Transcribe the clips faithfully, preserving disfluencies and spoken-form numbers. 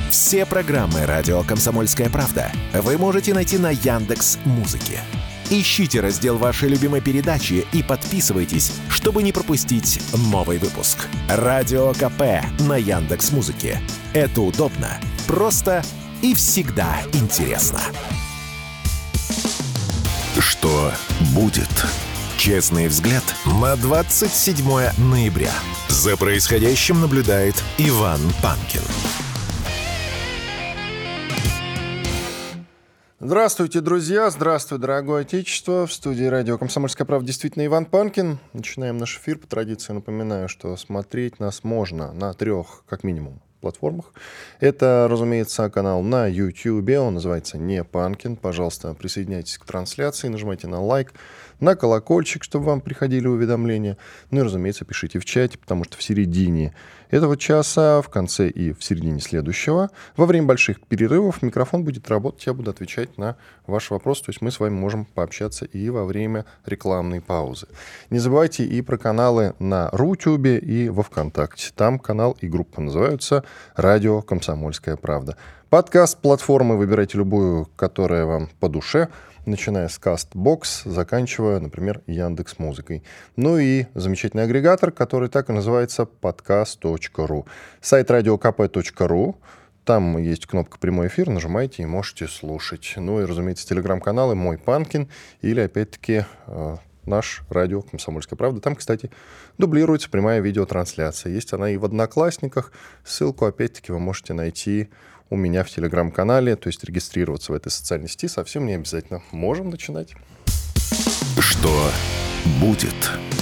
Все программы «Радио Комсомольская правда» вы можете найти на Яндекс.Музыке. Ищите раздел вашей любимой передачи и подписывайтесь, чтобы не пропустить новый выпуск. Радио КП на Яндекс.Музыке. Это удобно, просто и всегда интересно. Что будет? Честный взгляд на двадцать седьмое ноября. За происходящим наблюдает Иван Панкин. Здравствуйте, друзья! Здравствуй, дорогое отечество! В студии радио «Комсомольская правда» действительно Иван Панкин. Начинаем наш эфир. По традиции напоминаю, что смотреть нас можно на трех, как минимум, платформах. Это, разумеется, канал на YouTube. Он называется «Не Панкин». Пожалуйста, присоединяйтесь к трансляции, нажимайте на лайк, на колокольчик, чтобы вам приходили уведомления. Ну и, разумеется, пишите в чате, потому что в середине этого часа, в конце и в середине следующего, во время больших перерывов микрофон будет работать, я буду отвечать на ваши вопросы. То есть мы с вами можем пообщаться и во время рекламной паузы. Не забывайте и про каналы на Рутюбе и во Вконтакте. Там канал и группа называются «Радио Комсомольская правда». Подкаст-платформы выбирайте любую, которая вам по душе, начиная с Castbox, заканчивая, например, Яндекс.Музыкой. Ну и замечательный агрегатор, который так и называется подкаст точка ру. Сайт радио ка пэ точка ру. Там есть кнопка «Прямой эфир», нажимаете и можете слушать. Ну и, разумеется, телеграм-каналы «Мой Панкин» или, опять-таки, наш радио «Комсомольская правда». Там, кстати, дублируется прямая видеотрансляция. Есть она и в Одноклассниках. Ссылку, опять-таки, вы можете найти у меня в телеграм-канале. То есть регистрироваться в этой социальной сети совсем не обязательно. Можем начинать. Что будет?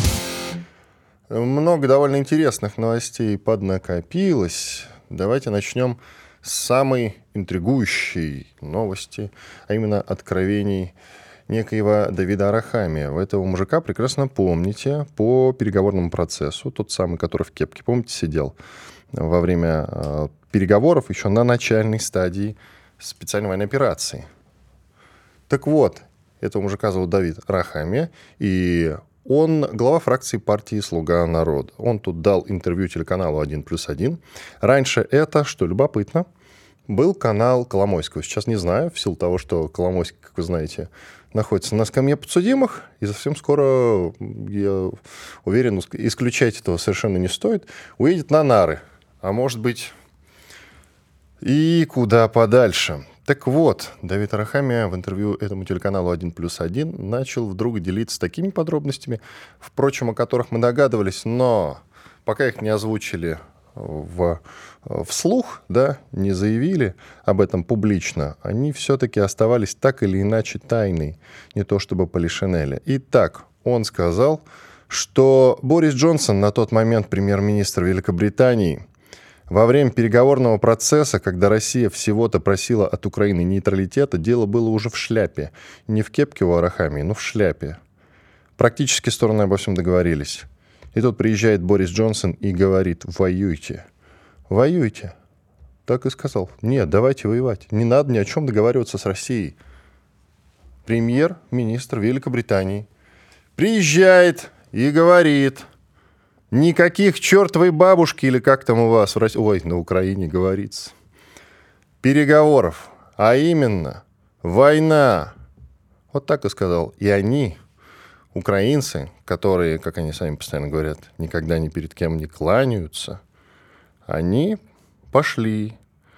Много довольно интересных новостей поднакопилось. Давайте начнем с самой интригующей новости, а именно откровений некоего Давида Арахамия. Вы этого мужика прекрасно помните по переговорному процессу. Тот самый, который в кепке, помните, сидел во время э, переговоров еще на начальной стадии специальной военной операции. Так вот, этого мужика зовут Давид Арахамия, и он глава фракции партии «Слуга народа». Он тут дал интервью телеканалу один плюс один. Раньше это, что любопытно, был канал Коломойского. Сейчас не знаю, в силу того, что Коломойский, как вы знаете, находится на скамье подсудимых, и совсем скоро, я уверен, исключать этого совершенно не стоит, уедет на нары, а может быть и куда подальше. Так вот, Давид Арахамия в интервью этому телеканалу один плюс один начал вдруг делиться такими подробностями, впрочем, о которых мы догадывались, но пока их не озвучили в, вслух, да, не заявили об этом публично, они все-таки оставались так или иначе тайной, не то чтобы полишинеля. Итак, он сказал, что Борис Джонсон, на тот момент премьер-министр Великобритании, во время переговорного процесса, когда Россия всего-то просила от Украины нейтралитета, дело было уже в шляпе. Не в кепке у Арахамии, но в шляпе. Практически стороны обо всем договорились. И тут приезжает Борис Джонсон и говорит: воюйте. Воюйте. Так и сказал. Нет, давайте воевать. Не надо ни о чем договариваться с Россией. Премьер-министр Великобритании приезжает и говорит: никаких чертовой бабушки, или как там у вас в России, ой, на Украине говорится, переговоров, а именно война. Вот так и сказал. И они, украинцы, которые, как они сами постоянно говорят, никогда ни перед кем не кланяются, они пошли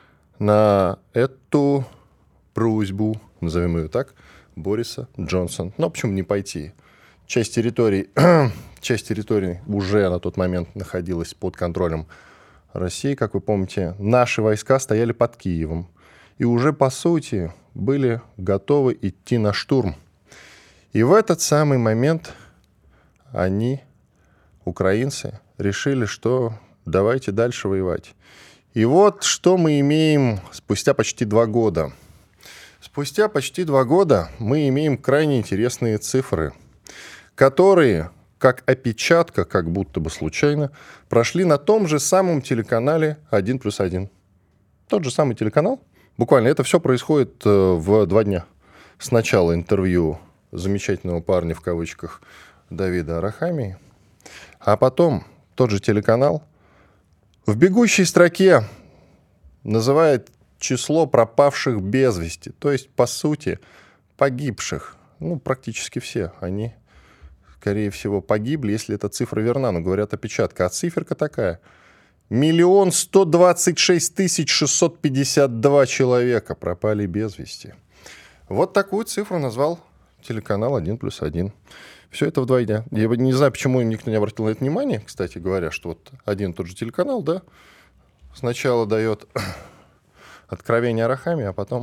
на эту просьбу, назовем ее так, Бориса Джонсона. Ну, почему не пойти? Часть территорий, часть территорий уже на тот момент находилась под контролем России. Как вы помните, наши войска стояли под Киевом и уже, по сути, были готовы идти на штурм. И в этот самый момент они, украинцы, решили, что давайте дальше воевать. И вот что мы имеем спустя почти два года. Спустя почти два года мы имеем крайне интересные цифры, которые, как опечатка, как будто бы случайно, прошли на том же самом телеканале один плюс один. Тот же самый телеканал. Буквально это все происходит в два дня. Сначала интервью замечательного парня, в кавычках, Давида Арахамии, а потом тот же телеканал в бегущей строке называет число пропавших без вести, то есть, по сути, погибших. Ну, практически все они, скорее всего, погибли, если эта цифра верна, но говорят опечатка. А циферка такая. Миллион сто двадцать шесть тысяч шестьсот пятьдесят два человека пропали без вести. Вот такую цифру назвал телеканал один плюс один. Все это в два дня. Я не знаю, почему никто не обратил на это внимание, кстати говоря, что вот один и тот же телеканал, да, сначала дает откровение о Рахаме, а потом...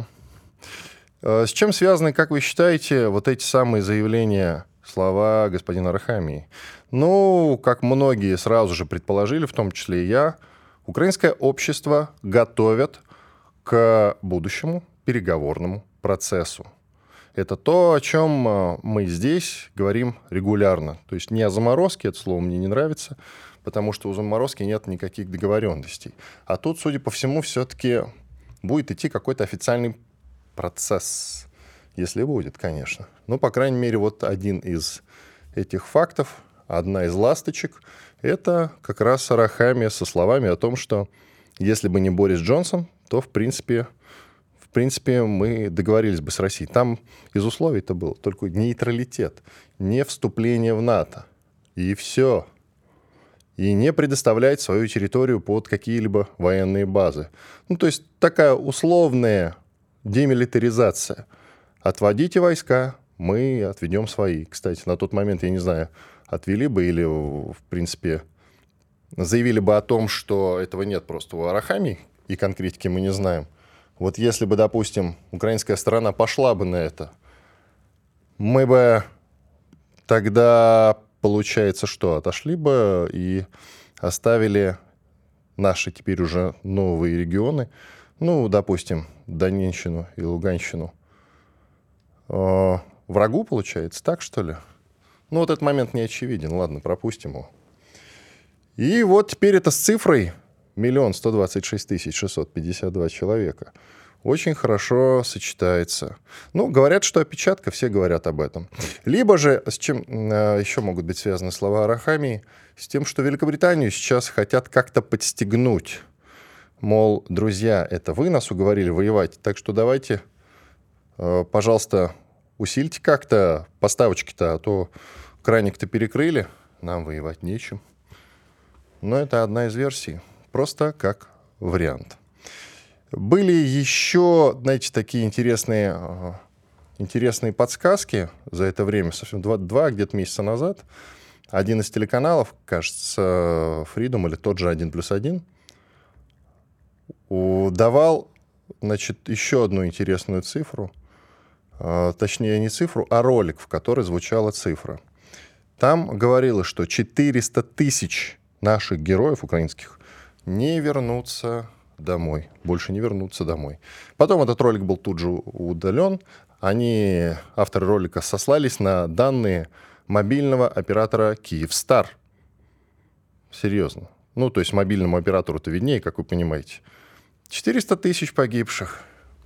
С чем связаны, как вы считаете, вот эти самые заявления, слова господина Рахамии? Ну, как многие сразу же предположили, в том числе и я, украинское общество готовят к будущему переговорному процессу. Это то, о чем мы здесь говорим регулярно. То есть не о заморозке, это слово мне не нравится, потому что у заморозки нет никаких договоренностей. А тут, судя по всему, все-таки будет идти какой-то официальный процесс. Если будет, конечно. Ну, по крайней мере, вот один из этих фактов, одна из ласточек, это как раз Рахамия со словами о том, что если бы не Борис Джонсон, то, в принципе, в принципе, мы договорились бы с Россией. Там из условий-то был только нейтралитет, не вступление в НАТО. И все. И не предоставлять свою территорию под какие-либо военные базы. Ну, то есть такая условная демилитаризация. Отводите войска, мы отведем свои. Кстати, на тот момент, я не знаю, отвели бы или, в принципе, заявили бы о том, что этого нет просто у Рахамии, и конкретики мы не знаем. Вот если бы, допустим, украинская сторона пошла бы на это, мы бы тогда, получается, что, отошли бы и оставили наши теперь уже новые регионы, ну, допустим, Донеччину и Луганщину, э, врагу, получается, так, что ли? Ну, вот этот момент не очевиден, ладно, пропустим его. И вот теперь это с цифрой миллион сто двадцать шесть тысяч шестьсот пятьдесят два человека очень хорошо сочетается. Ну, говорят, что опечатка, все говорят об этом. Либо же, с чем э, еще могут быть связаны слова о Рахамии, с тем, что Великобританию сейчас хотят как-то подстегнуть. Мол, друзья, это вы нас уговорили воевать, так что давайте, э, пожалуйста, усильте как-то поставочки-то, а то краник-то перекрыли, нам воевать нечем. Но это одна из версий, просто как вариант. Были еще, знаете, такие интересные, интересные подсказки за это время, совсем два, два где-то месяца назад. Один из телеканалов, кажется, Freedom или тот же один плюс один, давал, значит, еще одну интересную цифру, точнее не цифру, а ролик, в который звучала цифра. Там говорилось, что четыреста тысяч наших героев украинских не вернутся домой, больше не вернутся домой. Потом этот ролик был тут же удален. Они, авторы ролика, сослались на данные мобильного оператора «Киевстар». Серьезно. Ну, то есть мобильному оператору-то виднее, как вы понимаете. четыреста тысяч погибших.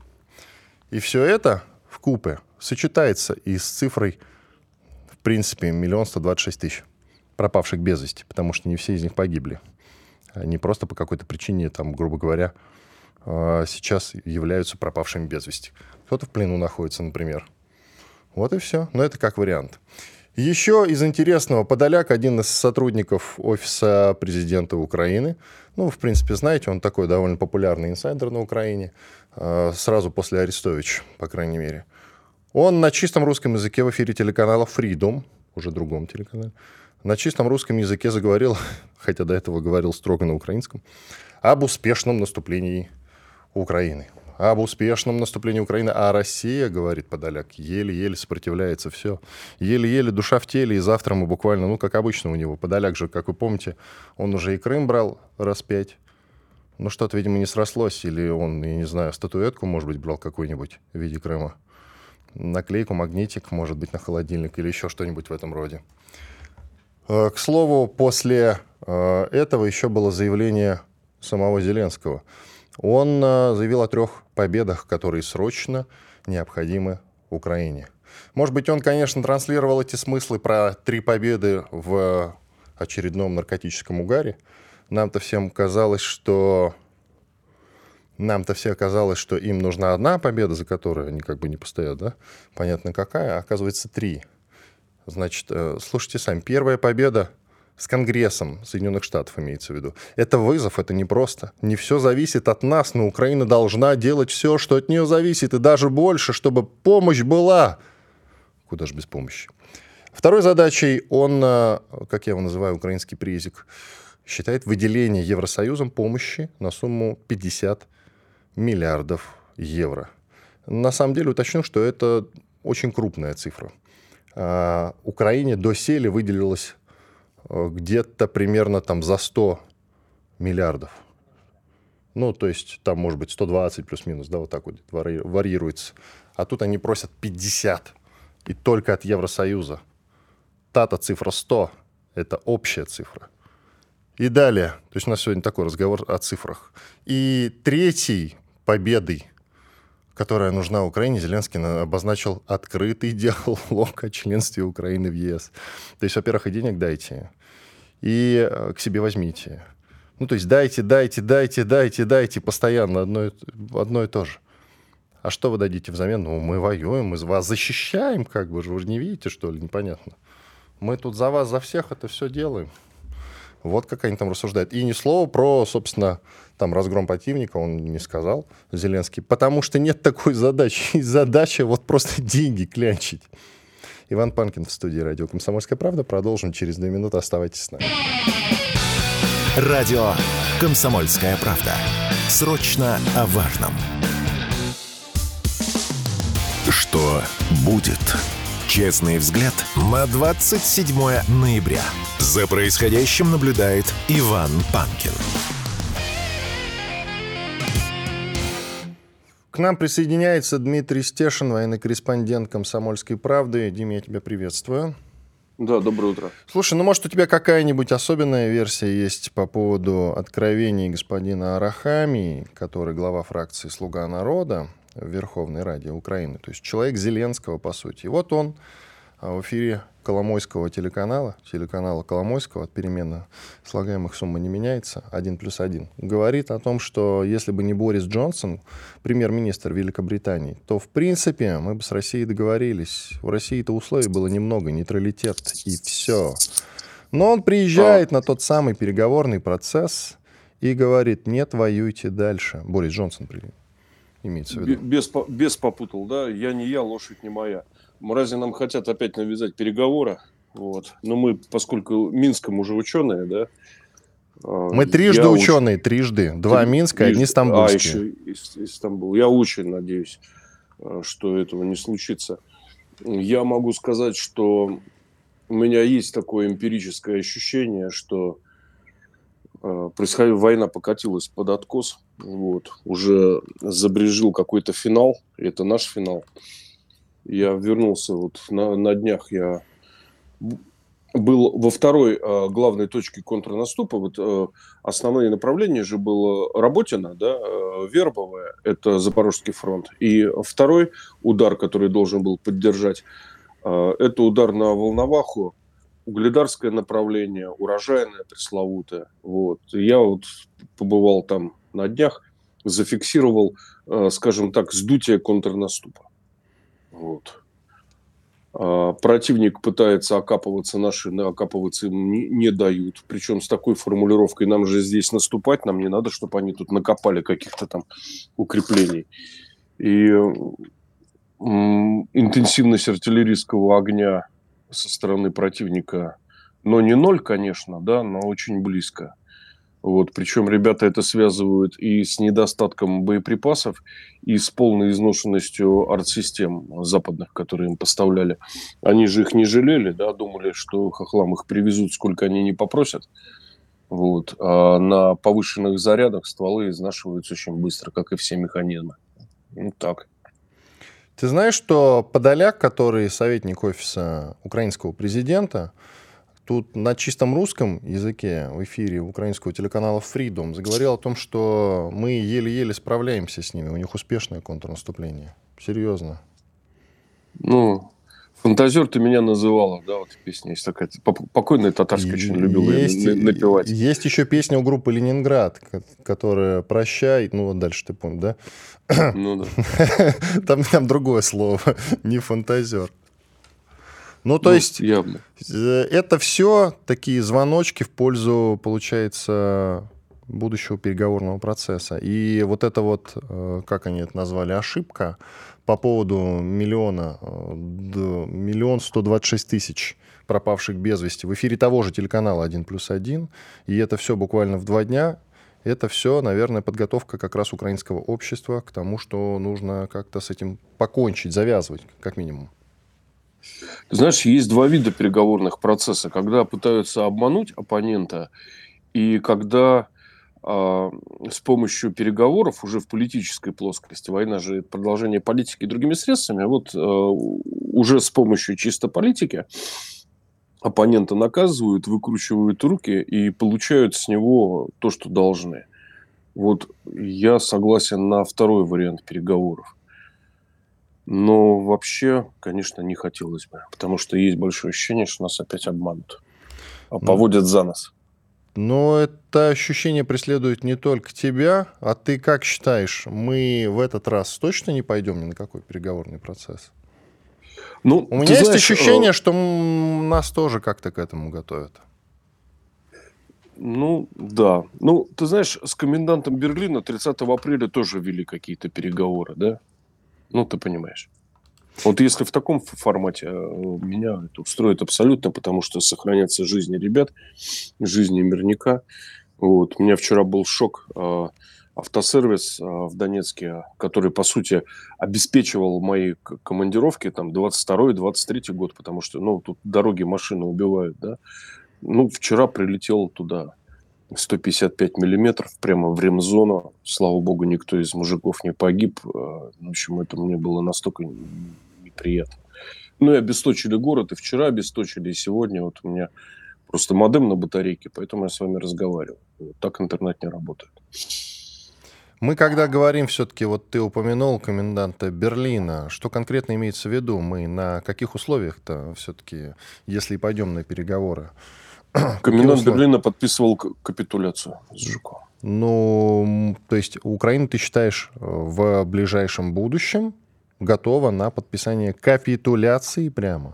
И все это вкупе сочетается и с цифрой, в принципе, миллион сто двадцать шесть тысяч пропавших без вести, потому что не все из них погибли. Они просто по какой-то причине, там, грубо говоря, сейчас являются пропавшими без вести. Кто-то в плену находится, например. Вот и все. Но это как вариант. Еще из интересного, Подоляк, один из сотрудников офиса президента Украины. Ну, в принципе, знаете, он такой довольно популярный инсайдер на Украине. Сразу после Арестовича, по крайней мере. Он на чистом русском языке в эфире телеканала Freedom, уже другом телеканале, на чистом русском языке заговорил, хотя до этого говорил строго на украинском, об успешном наступлении Украины. Об успешном наступлении Украины. А Россия, говорит Подоляк, еле-еле сопротивляется, все. Еле-еле душа в теле, и завтра мы буквально, ну, как обычно у него. Подоляк же, как вы помните, он уже и Крым брал раз пять. Ну, что-то, видимо, не срослось. Или он, я не знаю, статуэтку, может быть, брал какую-нибудь в виде Крыма. Наклейку, магнитик, может быть, на холодильник или еще что-нибудь в этом роде. К слову, после этого еще было заявление самого Зеленского. Он заявил о трех победах, которые срочно необходимы Украине. Может быть, он, конечно, транслировал эти смыслы про три победы в очередном наркотическом угаре. Нам-то всем казалось, что Нам-то все казалось, что им нужна одна победа, за которую они как бы не постоят, да? Понятно какая, а оказывается три. Значит, слушайте сами, первая победа с Конгрессом Соединенных Штатов имеется в виду. Это вызов, это непросто. Не все зависит от нас, но Украина должна делать все, что от нее зависит, и даже больше, чтобы помощь была. Куда же без помощи? Второй задачей он, как я его называю, украинский презик, считает выделение Евросоюзом помощи на сумму пятьдесят миллиардов евро. На самом деле уточню, что это очень крупная цифра. А, Украине доселе выделилось где-то примерно там за сто миллиардов. Ну, то есть там может быть сто двадцать плюс-минус, да, вот так вот вари- варьируется. А тут они просят пятьдесят, и только от Евросоюза. Та-то цифра сто, это общая цифра. И далее, то есть у нас сегодня такой разговор о цифрах. И третьей победой, которая нужна Украине, Зеленский обозначил открытый диалог о членстве Украины в ЕС. То есть, во-первых, и денег дайте, и к себе возьмите. Ну, то есть дайте, дайте, дайте, дайте, дайте, постоянно одно, и- одно и то же. А что вы дадите взамен? Ну, мы воюем, мы вас защищаем, как бы же, вы же не видите, что ли, непонятно. Мы тут за вас, за всех это все делаем. Вот как они там рассуждают. И ни слова про, собственно, там разгром противника он не сказал, Зеленский, потому что нет такой задачи. И задача вот просто деньги клянчить. Иван Панкин в студии радио «Комсомольская правда». Продолжим через две минуты. Оставайтесь с нами. Радио «Комсомольская правда». Срочно о важном. Что будет? Честный взгляд на двадцать седьмое ноября. За происходящим наблюдает Иван Панкин. К нам присоединяется Дмитрий Стешин, военный корреспондент «Комсомольской правды». Дима, я тебя приветствую. Да, доброе утро. Слушай, ну, может, у тебя какая-нибудь особенная версия есть по поводу откровений господина Арахамии, который глава фракции «Слуга народа» в Верховной Раде Украины, то есть человек Зеленского, по сути. И вот он в эфире Коломойского телеканала, телеканала Коломойского, от перемены слагаемых сумма не меняется, один плюс один, говорит о том, что если бы не Борис Джонсон, премьер-министр Великобритании, то, в принципе, мы бы с Россией договорились. У России-то условий было немного, нейтралитет и все. Но он приезжает на тот самый переговорный процесс и говорит: нет, воюйте дальше. Борис Джонсон имеется в виду. Без, без попутал, да? Я не я, лошадь не моя. Мрази нам хотят опять навязать переговоры. Вот. Но мы, поскольку Минском уже ученые, да? Мы трижды ученые, уч... трижды. Два Три... Минска, трижды. Одни стамбульские. А, еще из, из Стамбула. Я очень надеюсь, что этого не случится. Я могу сказать, что у меня есть такое эмпирическое ощущение, что происходила война, покатилась под откос. Вот. Уже забрежил какой-то финал. Это наш финал. Я вернулся вот на, на днях. Я был во второй э, главной точке контрнаступа. Вот э, основные направления же было Работино, да, э, Вербовое, это Запорожский фронт. И второй удар, который должен был поддержать, э, это удар на Волноваху, Угледарское направление, урожайное, пресловутое. Вот. Я вот побывал там на днях, зафиксировал, э, скажем так, сдутие контрнаступа. Вот. А противник пытается окапываться, наши окапываться им не, не дают. Причем с такой формулировкой: нам же здесь наступать, нам не надо, чтобы они тут накопали каких-то там укреплений. И м, интенсивность артиллерийского огня со стороны противника, но не ноль, конечно, да, но очень близко. Вот, причем ребята это связывают и с недостатком боеприпасов, и с полной изношенностью артсистем западных, которые им поставляли. Они же их не жалели, да, думали, что хохлам их привезут, сколько они не попросят. Вот. А на повышенных зарядах стволы изнашиваются очень быстро, как и все механизмы. Вот так. Ты знаешь, что Подоляк, который советник офиса украинского президента, тут на чистом русском языке в эфире украинского телеканала Freedom заговорил о том, что мы еле-еле справляемся с ними. У них успешное контрнаступление. Серьезно. Ну, Фантазер ты меня называла, да, вот песня есть такая. Покойная татарская очень любила Есть, напевать. есть еще песня у группы «Ленинград», которая «Прощай». Ну, вот дальше ты понял, да? Ну да. Там, там другое слово, не фантазер. Ну, то Ну, есть, явно. это все такие звоночки в пользу, получается, будущего переговорного процесса. И вот это вот, как они это назвали, ошибка по поводу миллиона, миллион сто двадцать шесть тысяч пропавших без вести в эфире того же телеканала один плюс один, и это все буквально в два дня. Это все, наверное, подготовка как раз украинского общества к тому, что нужно как-то с этим покончить, завязывать, как минимум. Ты знаешь, есть два вида переговорных процесса. Когда пытаются обмануть оппонента, и когда э, с помощью переговоров уже в политической плоскости, война же это продолжение политики другими средствами, вот э, уже с помощью чисто политики оппонента наказывают, выкручивают руки и получают с него то, что должны. Вот я согласен на второй вариант переговоров. Но вообще, конечно, не хотелось бы. Потому что есть большое ощущение, что нас опять обманут. А поводят за нос. Но это ощущение преследует не только тебя. А ты как считаешь, мы в этот раз точно не пойдем ни на какой переговорный процесс? Ну, У меня есть знаешь, ощущение, э... что нас тоже как-то к этому готовят. Ну, да. Ну, ты знаешь, с комендантом Берлина тридцатого апреля тоже вели какие-то переговоры, да? Ну, ты понимаешь. Вот если в таком формате меня это устроит абсолютно, потому что сохранятся жизни ребят, жизни мирника. Вот. У меня вчера был шок. Автосервис в Донецке, который, по сути, обеспечивал мои командировки там двадцать второй - двадцать третий год, потому что, ну, тут дороги машины убивают, да. Ну, вчера прилетел туда сто пятьдесят пять миллиметров прямо в ремзону. Слава богу, никто из мужиков не погиб. В общем, это мне было настолько неприятно. Ну, и обесточили город, и вчера обесточили, и сегодня вот у меня просто модем на батарейке, поэтому я с вами разговариваю. Вот так интернет не работает. Мы когда говорим все-таки, вот ты упомянул коменданта Берлина, что конкретно имеется в виду? Мы на каких условиях-то все-таки, если пойдем на переговоры? Комендант Берлина подписывал капитуляцию с Жукова. Ну, то есть Украина, ты считаешь, в ближайшем будущем готова на подписание капитуляции прямо?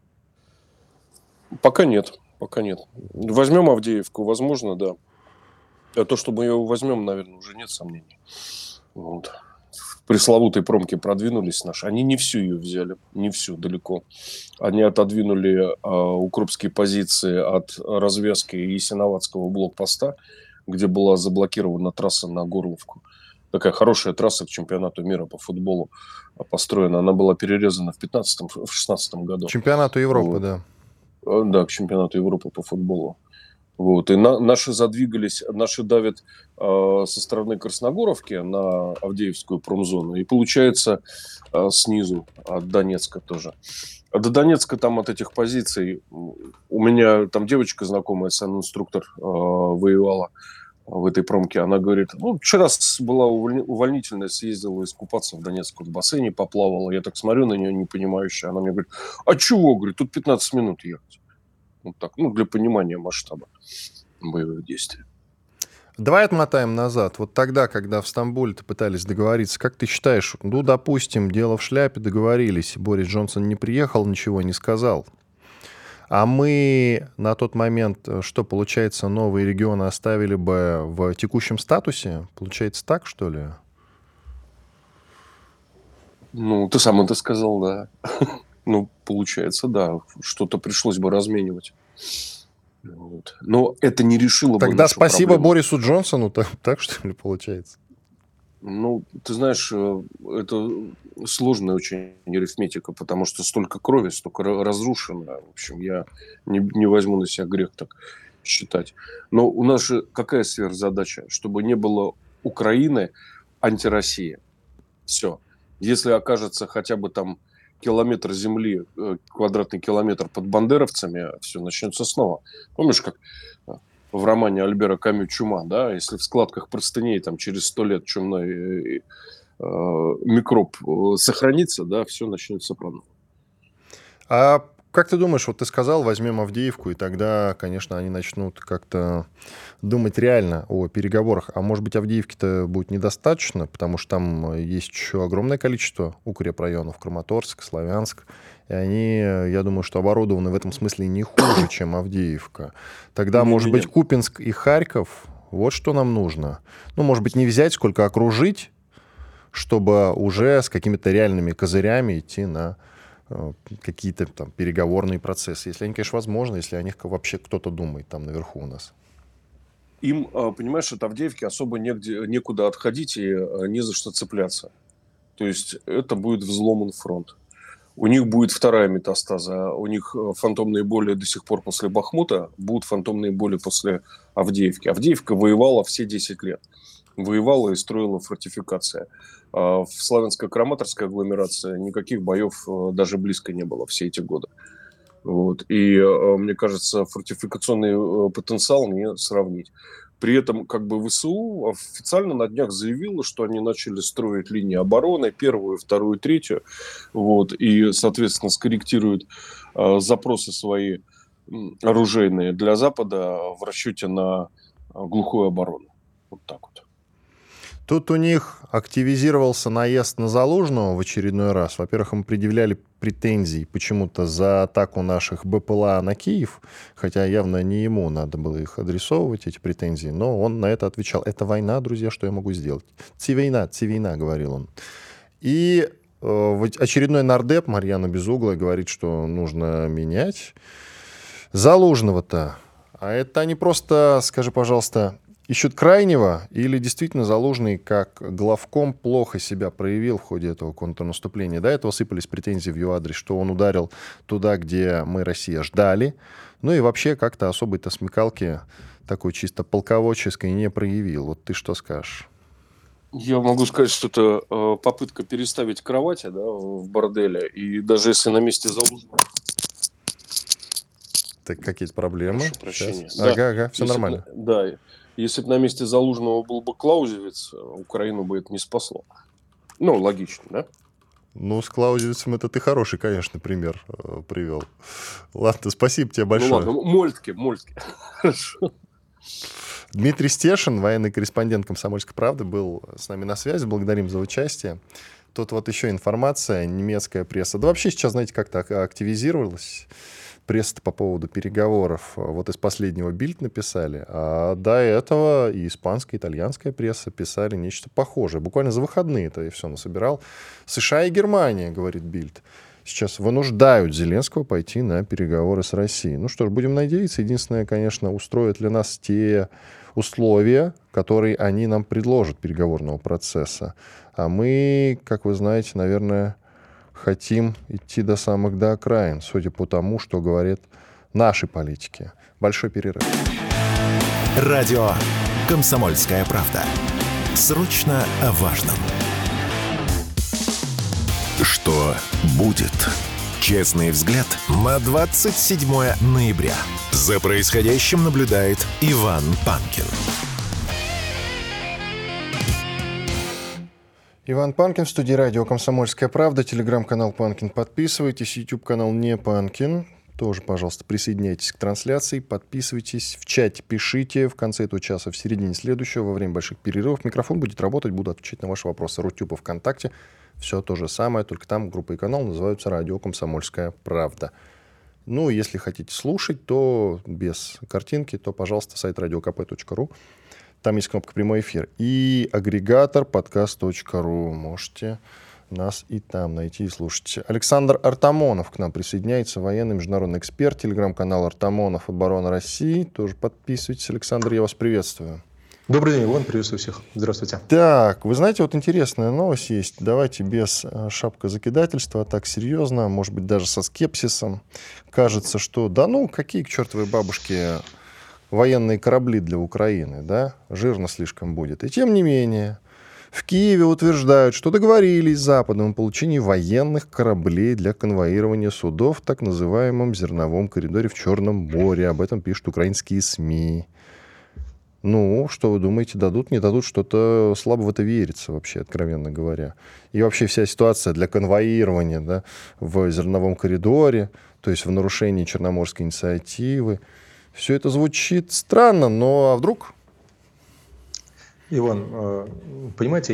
Пока нет, пока нет. Возьмем Авдеевку, возможно, да. А то, что мы ее возьмем, наверное, уже нет сомнений. Вот. В пресловутой промке продвинулись наши. Они не всю ее взяли, не всю, далеко. Они отодвинули а, укропские позиции от развязки Ясиноватского блокпоста, где была заблокирована трасса на Горловку. Такая хорошая трасса к чемпионату мира по футболу построена. Она была перерезана в пятнадцатом - в шестнадцатом году. Чемпионату Европы, вот. да. Да, к чемпионату Европы по футболу. Вот. И на, наши задвигались, наши давят э, со стороны Красногоровки на Авдеевскую промзону. И получается э, снизу от Донецка тоже. А до Донецка там от этих позиций, у меня там девочка знакомая, сан-инструктор, э, воевала в этой промке. Она говорит, ну, вчера была увольнительная, съездила искупаться в Донецком бассейне, поплавала. Я так смотрю на нее, непонимающе. Она мне говорит, а чего? Говорит, тут пятнадцать минут ехать. Вот так, ну, для понимания масштаба боевых действий. Давай отмотаем назад. Вот тогда, когда в Стамбуле-то пытались договориться, как ты считаешь, ну, допустим, дело в шляпе, договорились, Борис Джонсон не приехал, ничего не сказал. А мы на тот момент, что, получается, новые регионы оставили бы в текущем статусе? Получается так, что ли? Ну, ты сам это сказал, да. Ну, получается, да. Что-то пришлось бы разменивать. Вот. Но это не решило Тогда бы нашу спасибо проблему. Борису Джонсону, так, так что ли, получается? Ну, ты знаешь, это сложная очень арифметика, потому что столько крови, столько разрушено. В общем, я не, не возьму на себя грех так считать. Но у нас же какая сверхзадача? Чтобы не было Украины антироссии. Все. Если окажется хотя бы там километр земли, квадратный километр под бандеровцами, все начнется снова. Помнишь, как в романе Альбера Камю «Чума», да, если в складках простыней там через сто лет чумной э, микроб сохранится, да, все начнется по новому. А как ты думаешь, вот ты сказал, возьмем Авдеевку, и тогда, конечно, они начнут как-то думать реально о переговорах. А может быть, Авдеевки-то будет недостаточно, потому что там есть еще огромное количество укрепрайонов, Краматорск, Славянск, и они, я думаю, что оборудованы в этом смысле не хуже, чем Авдеевка. Тогда, Не-не-не. может быть, Купинск и Харьков, вот что нам нужно. Ну, может быть, не взять, сколько окружить, чтобы уже с какими-то реальными козырями идти на какие-то там переговорные процессы. Если они, конечно, возможны, если о них вообще кто-то думает там наверху у нас. Им, понимаешь, от Авдеевки особо негде, некуда отходить и не за что цепляться. То есть это будет взломан фронт. У них будет вторая метастаза. У них фантомные боли до сих пор после Бахмута, будут фантомные боли после Авдеевки. Авдеевка воевала все десять лет. Воевала и строила фортификация. В Славянско-Краматорской агломерации никаких боев даже близко не было все эти годы. Вот. И, мне кажется, фортификационный потенциал не сравнить. При этом как бы ВСУ официально на днях заявило, что они начали строить линии обороны, первую, вторую, третью, вот, и, соответственно, скорректируют э, запросы свои оружейные для Запада в расчете на глухую оборону. Вот так вот. Тут у них активизировался наезд на Залужного в очередной раз. Во-первых, им предъявляли претензии почему-то за атаку наших БПЛА на Киев, хотя явно не ему надо было их адресовывать, эти претензии, но он на это отвечал. Это война, друзья, что я могу сделать? Ци-война, ци-война, говорил он. И э, очередной нардеп Марьяна Безуглая говорит, что нужно менять Залужного-то. А это они просто, скажи, пожалуйста, ищут крайнего, или действительно Залужный как главком плохо себя проявил в ходе этого контрнаступления? До этого сыпались претензии в его адрес, что он ударил туда, где мы, Россия, ждали. Ну и вообще как-то особой-то смекалки такой чисто полководческой не проявил. Вот ты что скажешь? Я могу сказать, что это э, попытка переставить кровати, да, в борделе. И даже если на месте Залужного... Так какие-то проблемы? Прошу прощения. Сейчас. Да. Ага, ага, все Если нормально. б, да, если бы на месте Залужного был бы Клаузевиц, Украину бы это не спасло. Ну, логично, да? Ну, с Клаузевицем это ты хороший, конечно, пример э, привел. Ладно, спасибо тебе большое. Ну ладно, Мольтке, Мольтке. Хорошо. Дмитрий Стешин, военный корреспондент «Комсомольской правды», был с нами на связи. Благодарим за участие. Тут вот еще информация, немецкая пресса. Да вообще сейчас, знаете, как-то активизировалась пресса по поводу переговоров. Вот из последнего Бильд написали, а до этого и испанская, и итальянская пресса писали нечто похожее. Буквально за выходные это я все насобирал. США и Германия, говорит Бильд, сейчас вынуждают Зеленского пойти на переговоры с Россией. Ну что ж, будем надеяться. Единственное, конечно, устроят ли нас те условия, которые они нам предложат переговорного процесса. А мы, как вы знаете, наверное, хотим идти до самых до окраин, судя по тому, что говорят наши политики. Большой перерыв. Радио «Комсомольская правда». Срочно о важном. Что будет? Честный взгляд на двадцать седьмое ноября. За происходящим наблюдает Иван Панкин. Иван Панкин в студии радио «Комсомольская правда», телеграм-канал «Панкин». Подписывайтесь, YouTube-канал «Не Панкин». Тоже, пожалуйста, присоединяйтесь к трансляции, подписывайтесь, в чате пишите. В конце этого часа, в середине следующего, во время больших перерывов микрофон будет работать, буду отвечать на ваши вопросы. Рутюб и ВКонтакте. Все то же самое, только там группа и канал называются «Радио «Комсомольская правда». Ну, если хотите слушать, то без картинки, то, пожалуйста, сайт радио ка пэ точка ру. Там есть кнопка «Прямой эфир». И агрегатор подкаст точка ру. Можете нас и там найти и слушать. Александр Артамонов к нам присоединяется, военный международный эксперт, телеграм-канал «Артамонов. Оборона России». Тоже подписывайтесь. Александр, я вас приветствую. Добрый день, Иван. Приветствую всех. Здравствуйте. Так, вы знаете, вот интересная новость есть. Давайте без шапкозакидательства, а так серьезно, может быть, даже со скепсисом. Кажется, что да ну, какие к чертовой бабушке военные корабли для Украины, да? Жирно слишком будет. И тем не менее, в Киеве утверждают, что договорились с Западом о получении военных кораблей для конвоирования судов в так называемом зерновом коридоре в Черном море. Об этом пишут украинские СМИ. Ну, что вы думаете, дадут, не дадут, что-то слабо в это верится вообще, откровенно говоря. И вообще вся ситуация для конвоирования, да, в зерновом коридоре, то есть в нарушении Черноморской инициативы, все это звучит странно, но а вдруг? Иван, понимаете,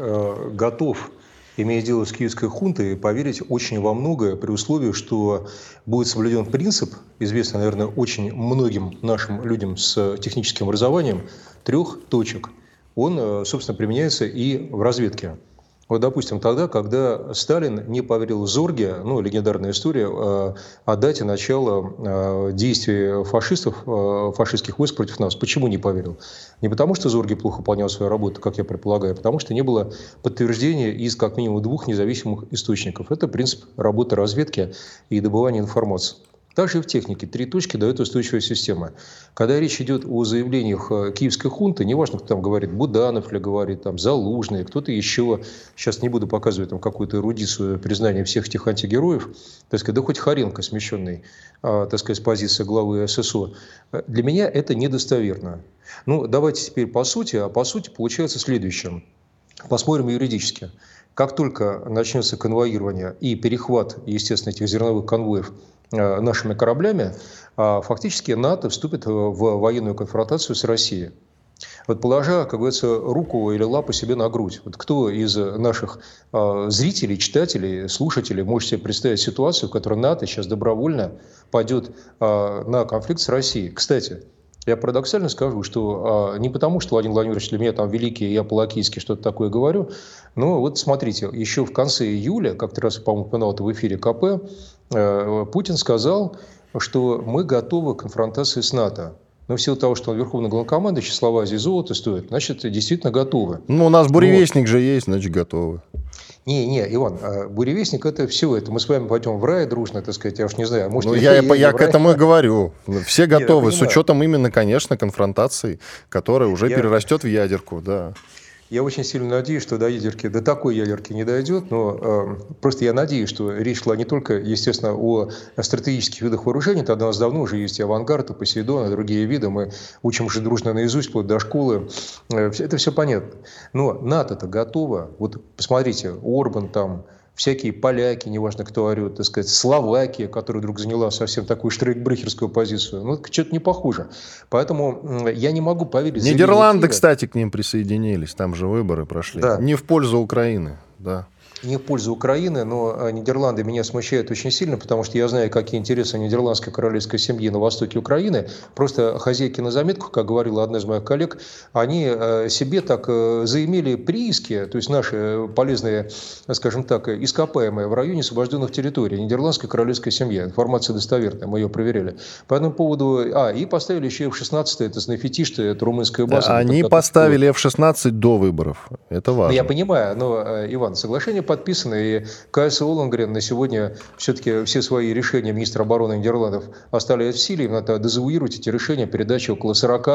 я готов, имея дело с киевской хунтой, поверить очень во многое при условии, что будет соблюден принцип, известный, наверное, очень многим нашим людям с техническим образованием, трех точек. Он, собственно, применяется и в разведке. Вот, допустим, тогда, когда Сталин не поверил Зорге, ну, легендарная история, о дате начала действий фашистов, фашистских войск против нас. Почему не поверил? Не потому, что Зорге плохо выполнял свою работу, как я предполагаю, а потому что не было подтверждения из как минимум двух независимых источников. Это принцип работы разведки и добывания информации. Также и в технике. Три точки дает устойчивая система. Когда речь идет о заявлениях киевской хунты, неважно, кто там говорит, Буданов ли говорит, там, Залужный, кто-то еще, сейчас не буду показывать там какую-то эрудицию признания всех этих антигероев, так сказать, да хоть Хоренко, смещенный, а, так сказать, с позиции главы ССО, для меня это недостоверно. Ну, давайте теперь по сути, а по сути получается следующее. Посмотрим юридически. Как только начнется конвоирование и перехват, естественно, этих зерновых конвоев нашими кораблями, фактически НАТО вступит в военную конфронтацию с Россией. Вот положа, как говорится, руку или лапу себе на грудь. Вот кто из наших зрителей, читателей, слушателей может себе представить ситуацию, в которой НАТО сейчас добровольно пойдет на конфликт с Россией? Кстати, я парадоксально скажу, что а, не потому, что Владимир Владимирович для меня там великий, я по-лакийски что-то такое говорю, но вот смотрите, еще в конце июля, как-то раз, по-моему, упоминал это в эфире ка пэ, э, Путин сказал, что мы готовы к конфронтации с НАТО. Но в силу того, что он верховный главнокомандующий, слова здесь золото стоят, значит, действительно готовы. Ну, у нас буревестник но... же есть, значит, готовы. Не, не, Иван, буревестник — это все, это мы с вами пойдем в рай дружно, так сказать, я уж не знаю. Может, ну, я, я, я к этому и говорю. Все готовы, с учетом именно, конечно, конфронтации, которая уже я... перерастет в ядерку, да. Я очень сильно надеюсь, что до ядерки, до такой ядерки не дойдет, но э, просто я надеюсь, что речь шла не только, естественно, о стратегических видах вооружений, тогда у нас давно уже есть и «Авангард», и «Посейдон», и другие виды, мы учим уже дружно наизусть, вплоть до школы, э, это все понятно. Но НАТО-то готово, вот посмотрите, Орбан там, всякие поляки, неважно кто орет, так сказать, Словакия, которая вдруг заняла совсем такую штрейкбрехерскую позицию. Ну, что-то не похоже. Поэтому я не могу поверить. Нидерланды, кстати, к ним присоединились, там же выборы прошли. Да. Не в пользу Украины, да. Не в пользу Украины, но Нидерланды меня смущают очень сильно, потому что я знаю, какие интересы нидерландской королевской семьи на востоке Украины. Просто хозяйки на заметку, как говорила одна из моих коллег, они себе так заимели прииски, то есть наши полезные, скажем так, ископаемые в районе освобожденных территорий. Нидерландская королевская семья. Информация достоверная, мы ее проверяли. По этому поводу... А, и поставили еще эф шестнадцать, это знафетишты, это румынская база. Да, они поставили эф шестнадцать до выборов. Это важно. Ну, я понимаю, но, Иван, соглашение подписано, и ка эс Оллонгрен на сегодня все-таки все свои решения министра обороны Нидерландов оставляет в силе, им надо дезавуировать эти решения, передачи около сорок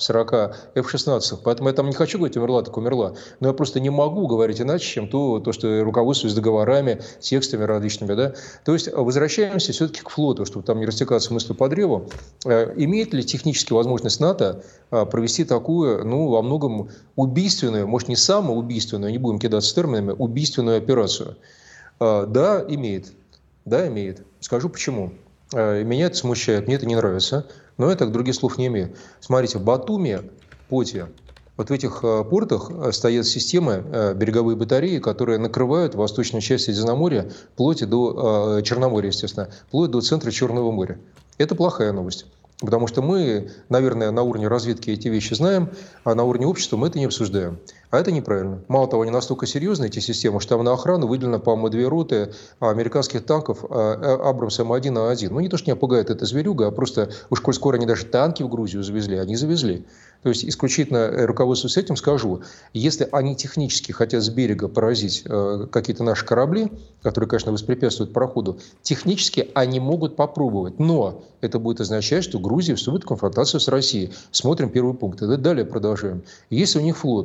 эф шестнадцать. Поэтому я там не хочу говорить, умерла так умерла, но я просто не могу говорить иначе, чем то, то что руководствуюсь договорами, текстами различными. Да? То есть возвращаемся все-таки к флоту, чтобы там не растекаться мыслью по древу. Имеет ли технически возможность НАТО провести такую, ну, во многом убийственную, может, не самоубийственную, не будем кидаться терминами, убийственную операцию? Да, имеет. Да, имеет. Скажу почему. Меня это смущает, мне это не нравится, но я так других слов не имею. Смотрите, в Батуми, Поте, вот в этих портах стоят системы, береговые батареи, которые накрывают восточную часть Средиземноморья, вплоть до Черноморья, естественно, вплоть до центра Черного моря. Это плохая новость. Потому что мы, наверное, на уровне разведки эти вещи знаем, а на уровне общества мы это не обсуждаем. А это неправильно. Мало того, они настолько серьезны, эти системы, что там на охрану выделено, по-моему, две роты американских танков Абрамс эм один а один. Ну, не то, что меня пугает эта зверюга, а просто уж коль скоро они даже танки в Грузию завезли, они завезли. То есть, исключительно руководствуясь этим, скажу, если они технически хотят с берега поразить э, какие-то наши корабли, которые, конечно, воспрепятствуют проходу, технически они могут попробовать. Но это будет означать, что Грузия вступит в конфронтацию с Россией. Смотрим первый пункт. И далее продолжаем. Если у них флот, у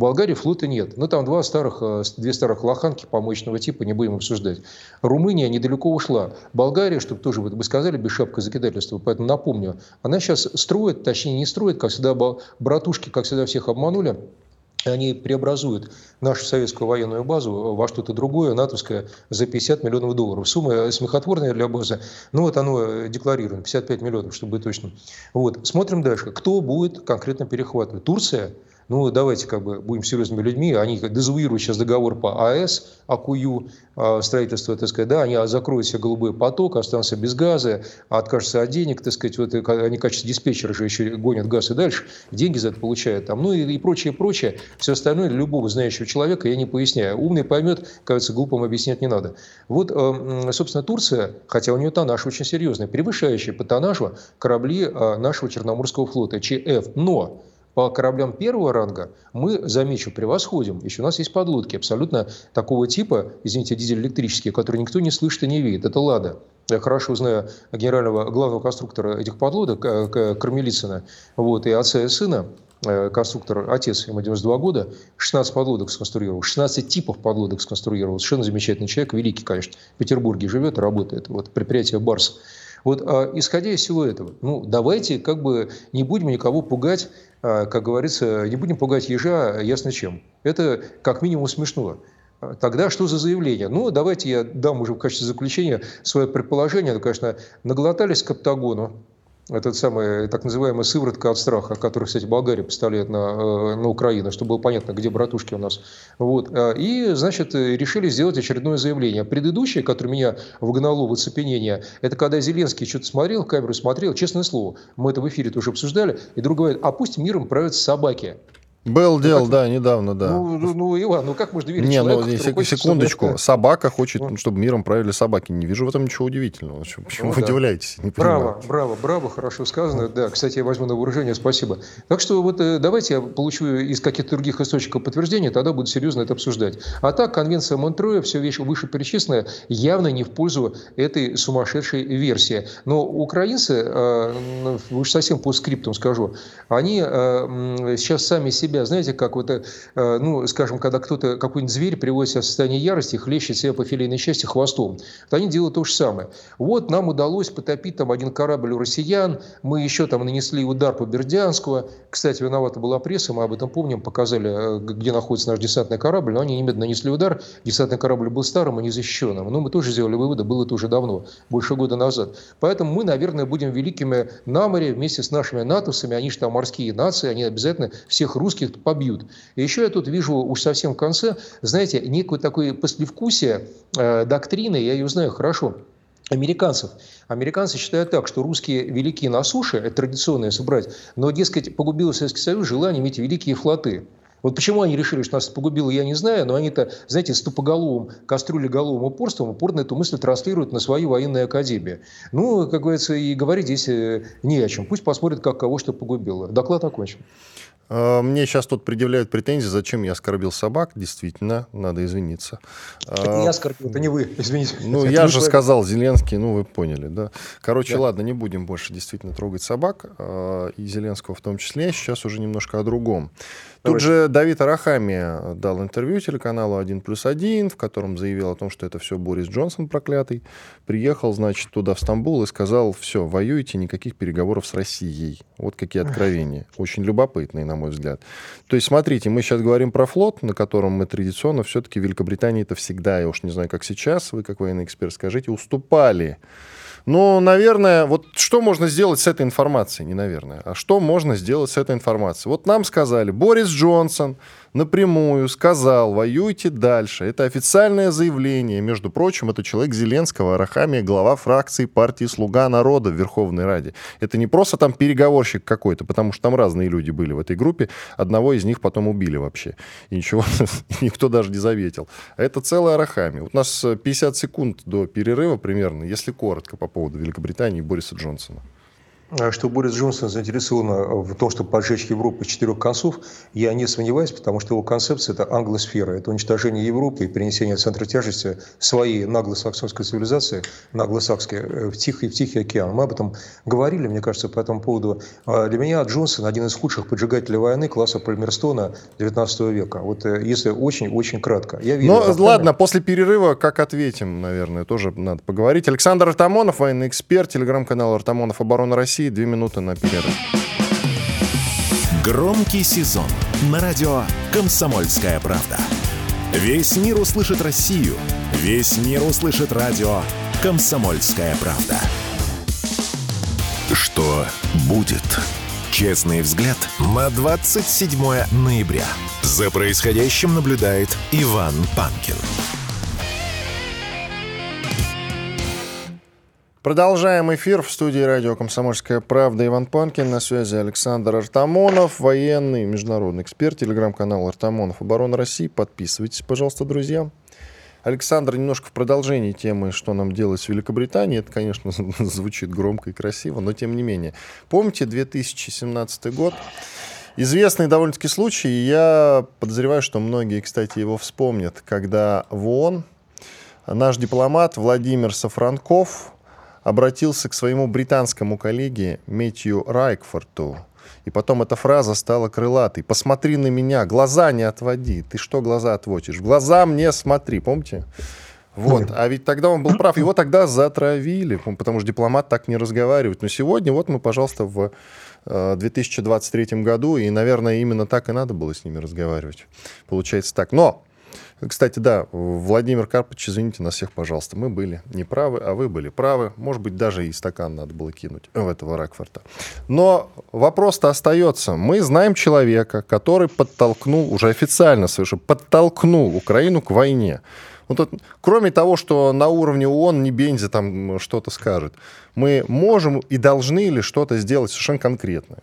Болгарии флота нет. Ну, там два старых, две старых лоханки помоечного типа, не будем обсуждать. Румыния недалеко ушла. Болгария, чтобы тоже, вот вы сказали, без шапки закидательства, поэтому напомню, она сейчас строит, точнее не строит, как всегда, братушки, как всегда, всех обманули. Они преобразуют нашу советскую военную базу во что-то другое, натовское, за пятьдесят миллионов долларов. Сумма смехотворная для базы, но вот оно декларируем, пятьдесят пять миллионов, чтобы быть точным. Вот. Смотрим дальше. Кто будет конкретно перехватывать? Турция? Ну, давайте как бы будем серьезными людьми. Они дезавуируют сейчас договор по АЭС, АКУЮ, строительство, так сказать, да, они закроют себе голубой поток, останутся без газа, откажутся от денег, так сказать, вот, они в качестве диспетчера же еще гонят газ и дальше, деньги за это получают, там, ну и, и прочее, прочее. Все остальное для любого знающего человека я не поясняю. Умный поймет, кажется, глупым объяснять не надо. Вот, собственно, Турция, хотя у нее тоннаж очень серьезный, превышающий по тоннажу корабли нашего Черноморского флота, ЧФ, но... По кораблям первого ранга мы, замечу, превосходим. Еще у нас есть подлодки абсолютно такого типа, извините, дизель-электрические, которые никто не слышит и не видит. Это «Лада». Я хорошо знаю генерального главного конструктора этих подлодок, Кармелицына, вот, и отца и сына, конструктор, отец, ему девяносто два года, шестнадцать подлодок сконструировал, шестнадцать типов подлодок сконструировал. Совершенно замечательный человек, великий, конечно. В Петербурге живет и работает. Вот, предприятие «Барс». Вот, а, исходя из всего этого, ну, давайте как бы не будем никого пугать, а, как говорится, не будем пугать ежа ясно чем. Это как минимум смешно. Тогда что за заявление? Ну, давайте я дам уже в качестве заключения свое предположение. Ну, конечно, наглотались к оптагону. Этот самый, так называемая сыворотка от страха, которую, кстати, Болгария поставляет на, на Украину, чтобы было понятно, где братушки у нас. Вот. И, значит, решили сделать очередное заявление. Предыдущее, которое меня вгнало в оцепенение, это когда Зеленский что-то смотрел, в камеру смотрел, честное слово, мы это в эфире тоже обсуждали, и друг говорит, а пусть миром правят собаки. Был ну, дел, как... да, недавно, да. Ну, ну, ну, Иван, ну как можно верить Не, человеку, ну, который хочет, секундочку. чтобы... Собака хочет, ну, чтобы миром правили собаки. Не вижу в этом ничего удивительного. Почему ну, вы да. удивляетесь? Не браво, браво, браво, хорошо сказано. Да, кстати, я возьму на вооружение, спасибо. Так что вот давайте я получу из каких-то других источников подтверждения, тогда буду серьезно это обсуждать. А так, конвенция Монтрея, все вышеперечисленное, явно не в пользу этой сумасшедшей версии. Но украинцы, уж совсем по скриптам скажу, они сейчас сами себя, знаете, как вот ну, скажем, когда кто-то, какой-нибудь зверь приводит себя в состояние ярости, хлещет себя по филейной части хвостом. Вот они делают то же самое. Вот нам удалось потопить там один корабль у россиян, мы еще там нанесли удар по Бердянску. Кстати, виновата была пресса, мы об этом помним, показали, где находится наш десантный корабль, но они немедленно нанесли удар. Десантный корабль был старым и незащищенным. Но мы тоже сделали выводы, было это уже давно, больше года назад. Поэтому мы, наверное, будем великими на море вместе с нашими натовцами, они же там морские нации, они обязательно всех русских побьют. И еще я тут вижу уж совсем в конце, знаете, некое такое послевкусие э, доктрины, я ее знаю хорошо, американцев. Американцы считают так, что русские велики на суше, это традиционное собрать, но, дескать, погубил Советский Союз желание иметь великие флоты. Вот почему они решили, что нас погубило, я не знаю, но они-то, знаете, с тупоголовым, кастрюлеголовым упорством упорно эту мысль транслируют на свою военную академию. Ну, как говорится, и говорить здесь не о чем. Пусть посмотрят, как кого что погубило. Доклад окончен. Мне сейчас тут предъявляют претензии, зачем я оскорбил собак. Действительно, надо извиниться. Это не я оскорбил, это не вы, извините. Ну, это я же человек. сказал Зеленский, ну, вы поняли, да. Короче, да. ладно, не будем больше действительно трогать собак, и Зеленского в том числе. Сейчас уже немножко о другом. Тут Давайте. же Давид Арахами дал интервью телеканалу один плюс один, в котором заявил о том, что это все Борис Джонсон проклятый. Приехал, значит, туда, в Стамбул, и сказал, все, воюете, никаких переговоров с Россией. Вот какие откровения. Очень любопытные, на мой взгляд. То есть, смотрите, мы сейчас говорим про флот, на котором мы традиционно все-таки в Великобритании-то всегда, я уж не знаю, как сейчас, вы, как военный эксперт, скажите, уступали. Ну, наверное, вот что можно сделать с этой информацией? Не наверное, а что можно сделать с этой информацией? Вот нам сказали, Борис Джонсон напрямую сказал, воюйте дальше. Это официальное заявление. Между прочим, это человек Зеленского, Арахами, глава фракции партии «Слуга народа» в Верховной Раде. Это не просто там переговорщик какой-то, потому что там разные люди были в этой группе. Одного из них потом убили вообще. И ничего, никто даже не заметил. А это целый Арахами. Вот у нас пятьдесят секунд до перерыва примерно, если коротко по поводу Великобритании и Бориса Джонсона. что Борис Джонсон заинтересован в том, чтобы поджечь Европу с четырех концов, я не сомневаюсь, потому что его концепция – это англосфера, это уничтожение Европы и перенесение центра тяжести своей наглосаксонской цивилизации, наглосакской, в Тихий, в Тихий океан. Мы об этом говорили, мне кажется, по этому поводу. Для меня Джонсон – один из худших поджигателей войны класса Пальмерстона девятнадцатого века. Вот если очень-очень кратко. Я верю, ну, что ладно, после перерыва как ответим, наверное, тоже надо поговорить. Александр Артамонов, военный эксперт, телеграм-канал «Артамонов. Оборона России». Две минуты на перерыв. Громкий сезон на радио «Комсомольская правда». Весь мир услышит Россию. Весь мир услышит радио «Комсомольская правда». Что будет? Честный взгляд на двадцать седьмое ноября. За происходящим наблюдает Иван Панкин. Продолжаем эфир. В студии радио «Комсомольская правда» Иван Панкин. На связи Александр Артамонов, военный международный эксперт, телеграм-канал «Артамонов. Оборона России». Подписывайтесь, пожалуйста, друзья. Александр, немножко в продолжении темы, что нам делать с Великобританией. Это, конечно, звучит громко и красиво, но тем не менее. Помните две тысячи семнадцатый год? Известный довольно-таки случай. Я подозреваю, что многие, кстати, его вспомнят, когда в ООН наш дипломат Владимир Сафранков обратился к своему британскому коллеге Мэтью Райкфорту. И потом эта фраза стала крылатой. «Посмотри на меня, глаза не отводи». Ты что глаза отводишь? В глаза мне смотри, помните? Вот. А ведь тогда он был прав. Его тогда затравили, потому что дипломат так не разговаривает. Но сегодня вот мы, пожалуйста, в две тысячи двадцать третьем году, и, наверное, именно так и надо было с ними разговаривать. Получается так. Но... Кстати, да, Владимир Карпович, извините нас всех, пожалуйста, мы были неправы, а вы были правы. Может быть, даже и стакан надо было кинуть в этого Райкфорта. Но вопрос-то остается. Мы знаем человека, который подтолкнул, уже официально совершенно, подтолкнул Украину к войне. Вот это, кроме того, что на уровне ООН не Бензи там что-то скажет, мы можем и должны ли что-то сделать совершенно конкретное?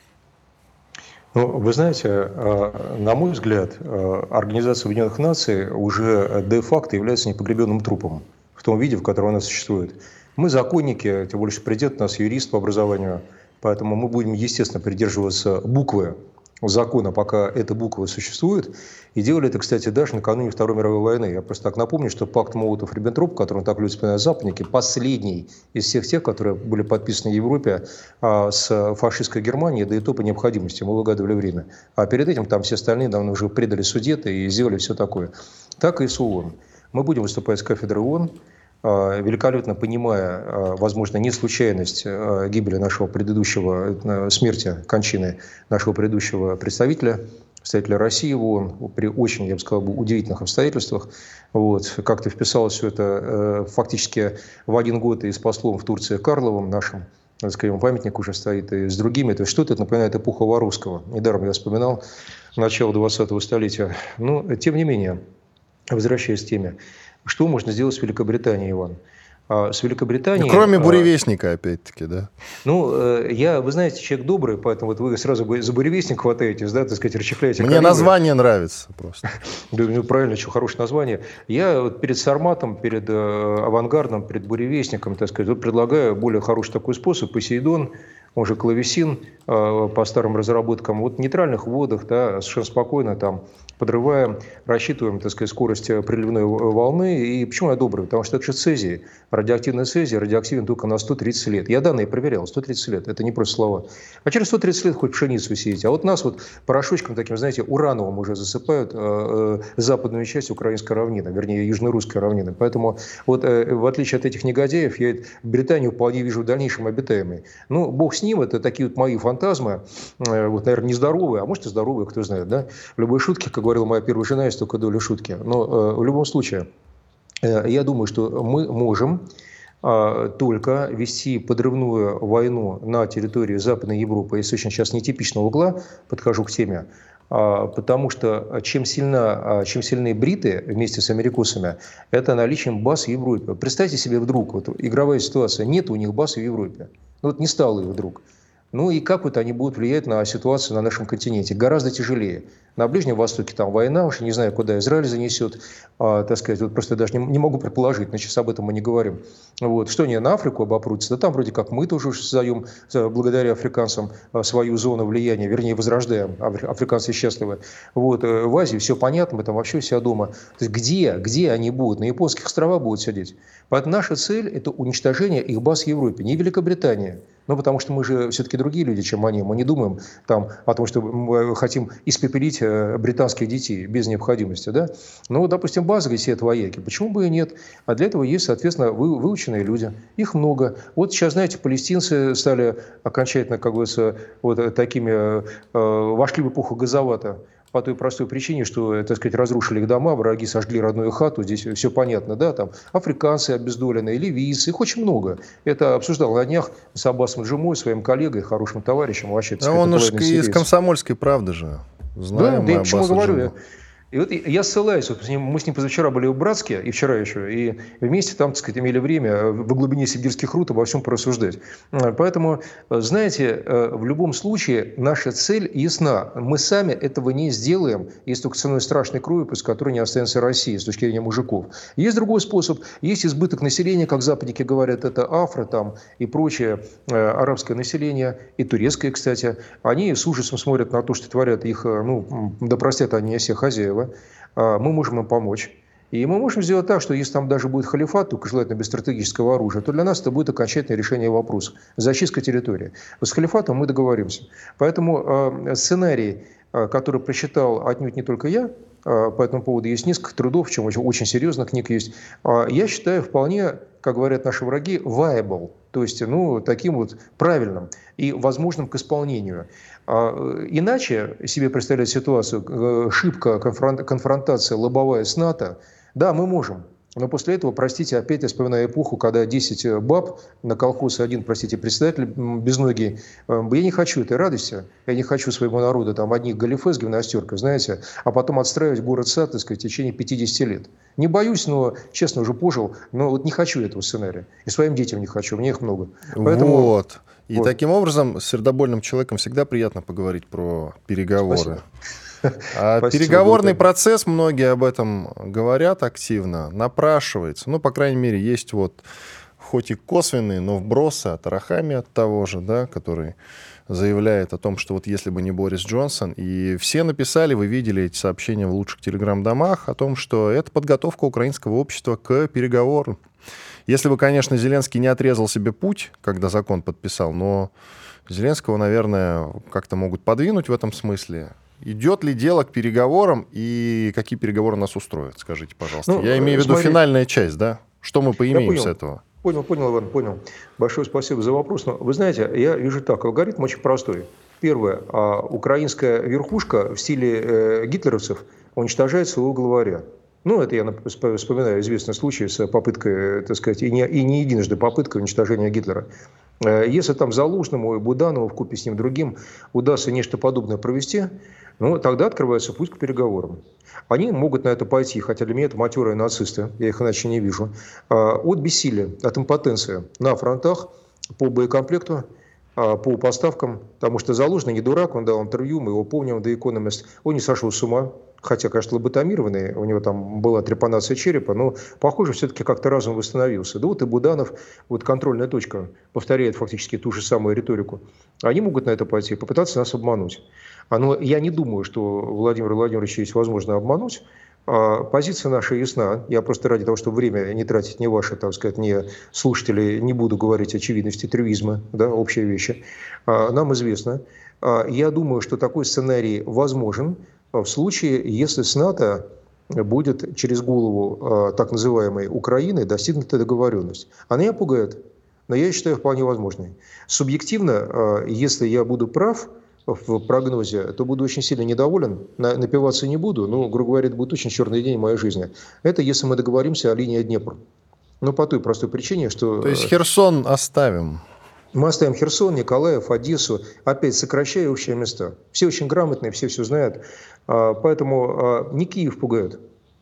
Ну, вы знаете, на мой взгляд, Организация Объединенных Наций уже де-факто является непогребенным трупом в том виде, в котором она существует. Мы законники, тем более, что президент у нас юрист по образованию, поэтому мы будем, естественно, придерживаться буквы закона, пока эта буква существует. И делали это, кстати, даже накануне Второй мировой войны. Я просто так напомню, что пакт Молотов-Риббентроп, который он так любит вспоминать западники, последний из всех тех, которые были подписаны в Европе а, с фашистской Германией, да и то по необходимости, мы выгадывали время. А перед этим там все остальные давно уже предали судеты и сделали все такое. Так и с ООН. Мы будем выступать с кафедры ООН, великолепно понимая, возможно, не случайность гибели нашего предыдущего, смерти, кончины нашего предыдущего представителя, представителя России в ООН, при очень, я бы сказал, удивительных обстоятельствах. Вот. Как-то вписалось все это фактически в один год и с послом в Турции Карловым нашим, так сказать, памятник уже стоит, и с другими. То есть что-то напоминает эпоху Воровского. Недаром я вспоминал начало двадцатого столетия. Но, тем не менее, возвращаясь к теме, что можно сделать с Великобританией, Иван? А с Великобританией... Кроме буревестника, а, опять-таки, да? Ну, я, вы знаете, человек добрый, поэтому вот вы сразу за буревестник хватаетесь, да, так сказать, расчехляете. Мне коллегу. Название нравится просто. Да, ну, правильно, что хорошее название. Я вот перед Сарматом, перед э, Авангардом, перед буревестником, так сказать, вот предлагаю более хороший такой способ. Посейдон, он же клавесин, э, по старым разработкам, вот в нейтральных водах, да, совершенно спокойно там подрываем, рассчитываем, так сказать, скорость приливной волны. И почему я добрый? Потому что это же цезий. Радиоактивный цезий радиоактивен только на сто тридцать лет. Я данные проверял. сто тридцать лет. Это не просто слова. А через сто тридцать лет хоть пшеницу сеять. А вот нас вот порошочком таким, знаете, урановым уже засыпают э, э, западную часть украинской равнины, вернее, южно-русской равнины. Поэтому вот э, в отличие от этих негодяев, я Британию вполне вижу в дальнейшем обитаемой. Ну, бог с ним, это такие вот мои фантазмы. Э, вот, наверное, нездоровые, а может и здоровые, кто знает, да? В любой шутке, как говорила моя первая жена, есть только доля шутки. Но э, в любом случае, э, я думаю, что мы можем э, только вести подрывную войну на территории Западной Европы. Я с очень сейчас нетипичного угла подхожу к теме, э, потому что чем, сильна, э, чем сильны бриты вместе с америкосами, это наличием баз в Европе. Представьте себе вдруг, вот игровая ситуация, нет у них баз в Европе. Ну, вот не стало их вдруг. Ну и как вот они будут влиять на ситуацию на нашем континенте? Гораздо тяжелее. На Ближнем Востоке там война, уж не знаю, куда Израиль занесет, а, так сказать, вот просто даже не, не могу предположить, но сейчас об этом мы не говорим. Вот. Что они на Африку обопрутся? Да там вроде как мы тоже уже создаем, благодаря африканцам, свою зону влияния, вернее, возрождаем, африканцы счастливы. Вот. В Азии все понятно, мы там вообще все дома. То есть где, где они будут? На японских островах будут сидеть. Поэтому наша цель – это уничтожение их баз в Европе, не Великобритания. Ну, потому что мы же все-таки другие люди, чем они. Мы не думаем там о том, что мы хотим испепелить британских детей без необходимости, да? Ну, допустим, базовые сидят вояки. Почему бы и нет? А для этого есть, соответственно, вы, выученные люди. Их много. Вот сейчас, знаете, палестинцы стали окончательно, как говорится, вот такими, э, вошли в эпоху газовата. По той простой причине, что, так сказать, разрушили их дома, враги сожгли родную хату, здесь все понятно, да, там африканцы обездоленные, ливийцы, их очень много. Это обсуждал на днях с Аббасом Джумой, своим коллегой, хорошим товарищем. Вообще, а он уж из «Комсомольской правды» же. Знаем, да, да, я почему говорю. И вот я ссылаюсь, вот мы с ним позавчера были в Братске, и вчера еще, и вместе там, так сказать, имели время в глубине сибирских руд обо всем порассуждать. Поэтому, знаете, в любом случае наша цель ясна. Мы сами этого не сделаем, если только ценой страшной крови, после которой не останется Россия с точки зрения мужиков. Есть другой способ. Есть избыток населения, как западники говорят, это афро там и прочее арабское население, и турецкое, кстати. Они с ужасом смотрят на то, что творят их, ну, да простят они все хозяева. Мы можем им помочь. И мы можем сделать так, что если там даже будет халифат, только желательно без стратегического оружия, то для нас это будет окончательное решение вопроса. Зачистка территории. С халифатом мы договоримся. Поэтому э, сценарий, э, который прочитал отнюдь не только я, э, по этому поводу есть несколько трудов, чем очень, очень серьезных книг есть, э, я считаю вполне, как говорят наши враги, viable. То есть, ну, таким вот правильным и возможным к исполнению. Иначе себе представлять ситуацию, шибко конфронтация лобовая с НАТО, да, мы можем. Но после этого, простите, опять я вспоминаю эпоху, когда десять баб на колхоз, один, простите, председатель безногий. Я не хочу этой радости, я не хочу своему народу там одних галифе с гимнастеркой, знаете, а потом отстраивать город-сад, так сказать, в течение пятидесяти лет. Не боюсь, но, честно, уже пожил, но вот не хочу этого сценария. И своим детям не хочу, мне их много. Поэтому... Вот. И вот. Таким образом, с сердобольным человеком всегда приятно поговорить про переговоры. Спасибо. А Спасибо, переговорный Богдан. Процесс, многие об этом говорят активно, напрашивается. Ну, по крайней мере, есть вот, хоть и косвенные, но вбросы от Арахами, от того же, да, который заявляет о том, что вот если бы не Борис Джонсон, и все написали, вы видели эти сообщения в лучших телеграм-домах, о том, что это подготовка украинского общества к переговорам. Если бы, конечно, Зеленский не отрезал себе путь, когда закон подписал, но Зеленского, наверное, как-то могут подвинуть в этом смысле. Идет ли дело к переговорам и какие переговоры нас устроят, скажите, пожалуйста. Ну, Я имею в виду смотри... финальная часть, да? Что мы поимеем с этого? Понял, понял, Иван, понял. Большое спасибо за вопрос. Но вы знаете, я вижу так, алгоритм очень простой. Первое. Украинская верхушка в стиле э, гитлеровцев уничтожает своего главаря. Ну, это я вспоминаю известный случай с попыткой, так сказать, и не, и не единожды попыткой уничтожения Гитлера. Если там Залужному и Буданову вкупе с ним другим удастся нечто подобное провести, ну, тогда открывается путь к переговорам. Они могут на это пойти, хотя для меня это матерые нацисты, я их иначе не вижу, от бессилия, от импотенции на фронтах по боекомплекту, по поставкам, потому что Залужный не дурак, он дал интервью, мы его помним, The Economist, он не сошел с ума, хотя, конечно, лоботомированный, у него там была трепанация черепа, но, похоже, все-таки как-то разум восстановился. Да вот и Буданов, вот контрольная точка, повторяет фактически ту же самую риторику. Они могут на это пойти, попытаться нас обмануть. Но я не думаю, что Владимира Владимировича есть возможность обмануть. Позиция наша ясна. Я просто ради того, чтобы время не тратить не ваше, так сказать, не слушатели, не буду говорить очевидности трюизма, да, общие вещи. Нам известно. Я думаю, что такой сценарий возможен в случае, если с НАТО будет через голову так называемой Украины достигнута договоренность. Она меня пугает, но я считаю вполне возможной. Субъективно, если я буду прав в прогнозе, то буду очень сильно недоволен, напиваться не буду, но, грубо говоря, это будет очень черный день в моей жизни. Это если мы договоримся о линии Днепр. Но по той простой причине, что... То есть Херсон оставим? Мы оставим Херсон, Николаев, Одессу, опять сокращая общие места. Все очень грамотные, все все знают. Поэтому не Киев пугает.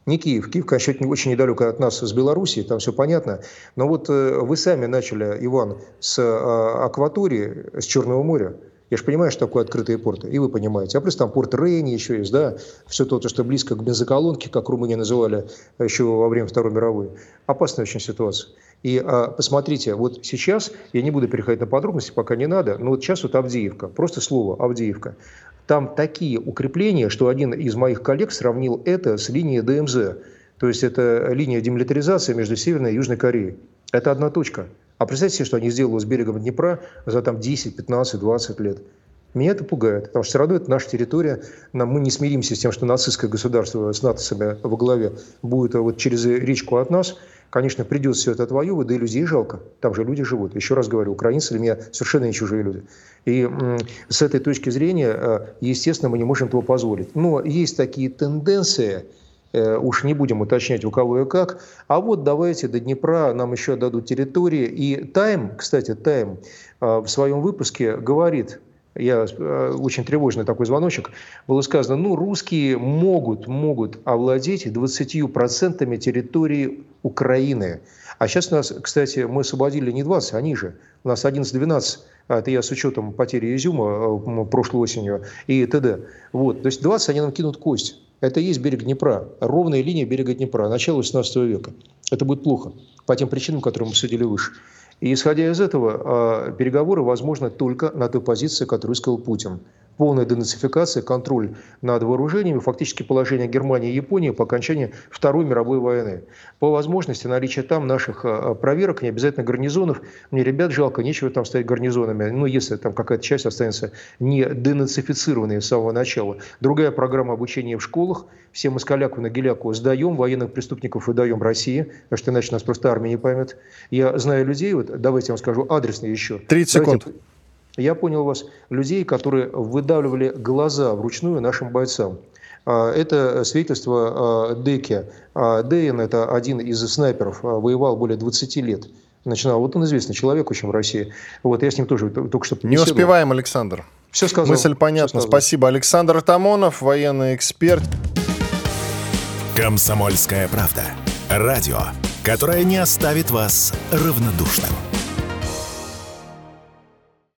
Не Киев. Киев, конечно, очень недалеко от нас, с Белоруссией, там все понятно. Но вот вы сами начали, Иван, с акватории, с Черного моря. Я же понимаю, что такое открытые порты, и вы понимаете. А плюс там порт Рейни еще есть, да, все то, что близко к бензоколонке, как Румынию называли еще во время Второй мировой. Опасная очень ситуация. И а, посмотрите, вот сейчас, я не буду переходить на подробности, пока не надо, но вот сейчас вот Авдеевка, просто слово Авдеевка. Там такие укрепления, что один из моих коллег сравнил это с линией ДМЗ. То есть это линия демилитаризации между Северной и Южной Кореей. Это одна точка. А представьте себе, что они сделали с берегом Днепра за там, десять, пятнадцать, двадцать лет. Меня это пугает, потому что все равно это наша территория. Нам, мы не смиримся с тем, что нацистское государство с нацистами во главе будет вот через речку от нас. Конечно, придется все это отвоевывать, да и людей жалко. Там же люди живут. Еще раз говорю, украинцы для меня совершенно не чужие люди. И м- с этой точки зрения, естественно, мы не можем этого позволить. Но есть такие тенденции, э, уж не будем уточнять, у кого и как. А вот давайте до Днепра нам еще отдадут территории. И Time, кстати, Time э, в своем выпуске говорит... Я, очень тревожный такой звоночек, было сказано, ну, русские могут, могут овладеть двадцатью процентами территории Украины. А сейчас у нас, кстати, мы освободили не двадцать, а ниже. У нас одиннадцать-двенадцать, это я с учетом потери Изюма прошлой осенью и т.д. Вот, то есть двадцать они нам кинут кость. Это и есть берег Днепра, ровная линия берега Днепра, начало восемнадцатого века. Это будет плохо по тем причинам, которые мы обсудили выше. И исходя из этого, переговоры возможны только на той позиции, которую сказал Путин. Полная денацификация, контроль над вооружениями, фактически положение Германии и Японии по окончании Второй мировой войны. По возможности наличия там наших проверок, не обязательно гарнизонов. Мне ребят жалко, нечего там стоять гарнизонами. Ну, если там какая-то часть останется не денацифицированной с самого начала. Другая программа обучения в школах. Все москаляку на геляку сдаем, военных преступников выдаем России, потому что иначе нас просто армия не поймет. Я знаю людей, вот давайте я вам скажу адресно еще. тридцать секунд. Я понял вас, людей, которые выдавливали глаза вручную нашим бойцам. Это свидетельство Деки. Дейн – это один из снайперов, воевал более двадцати лет. Начинал. Вот он известный человек очень в России. Вот я с ним тоже только что побеседовал. Не успеваем, Александр. Все сказал. Мысль понятна. Спасибо. Александр Атамонов, военный эксперт. «Комсомольская правда». Радио, которое не оставит вас равнодушным.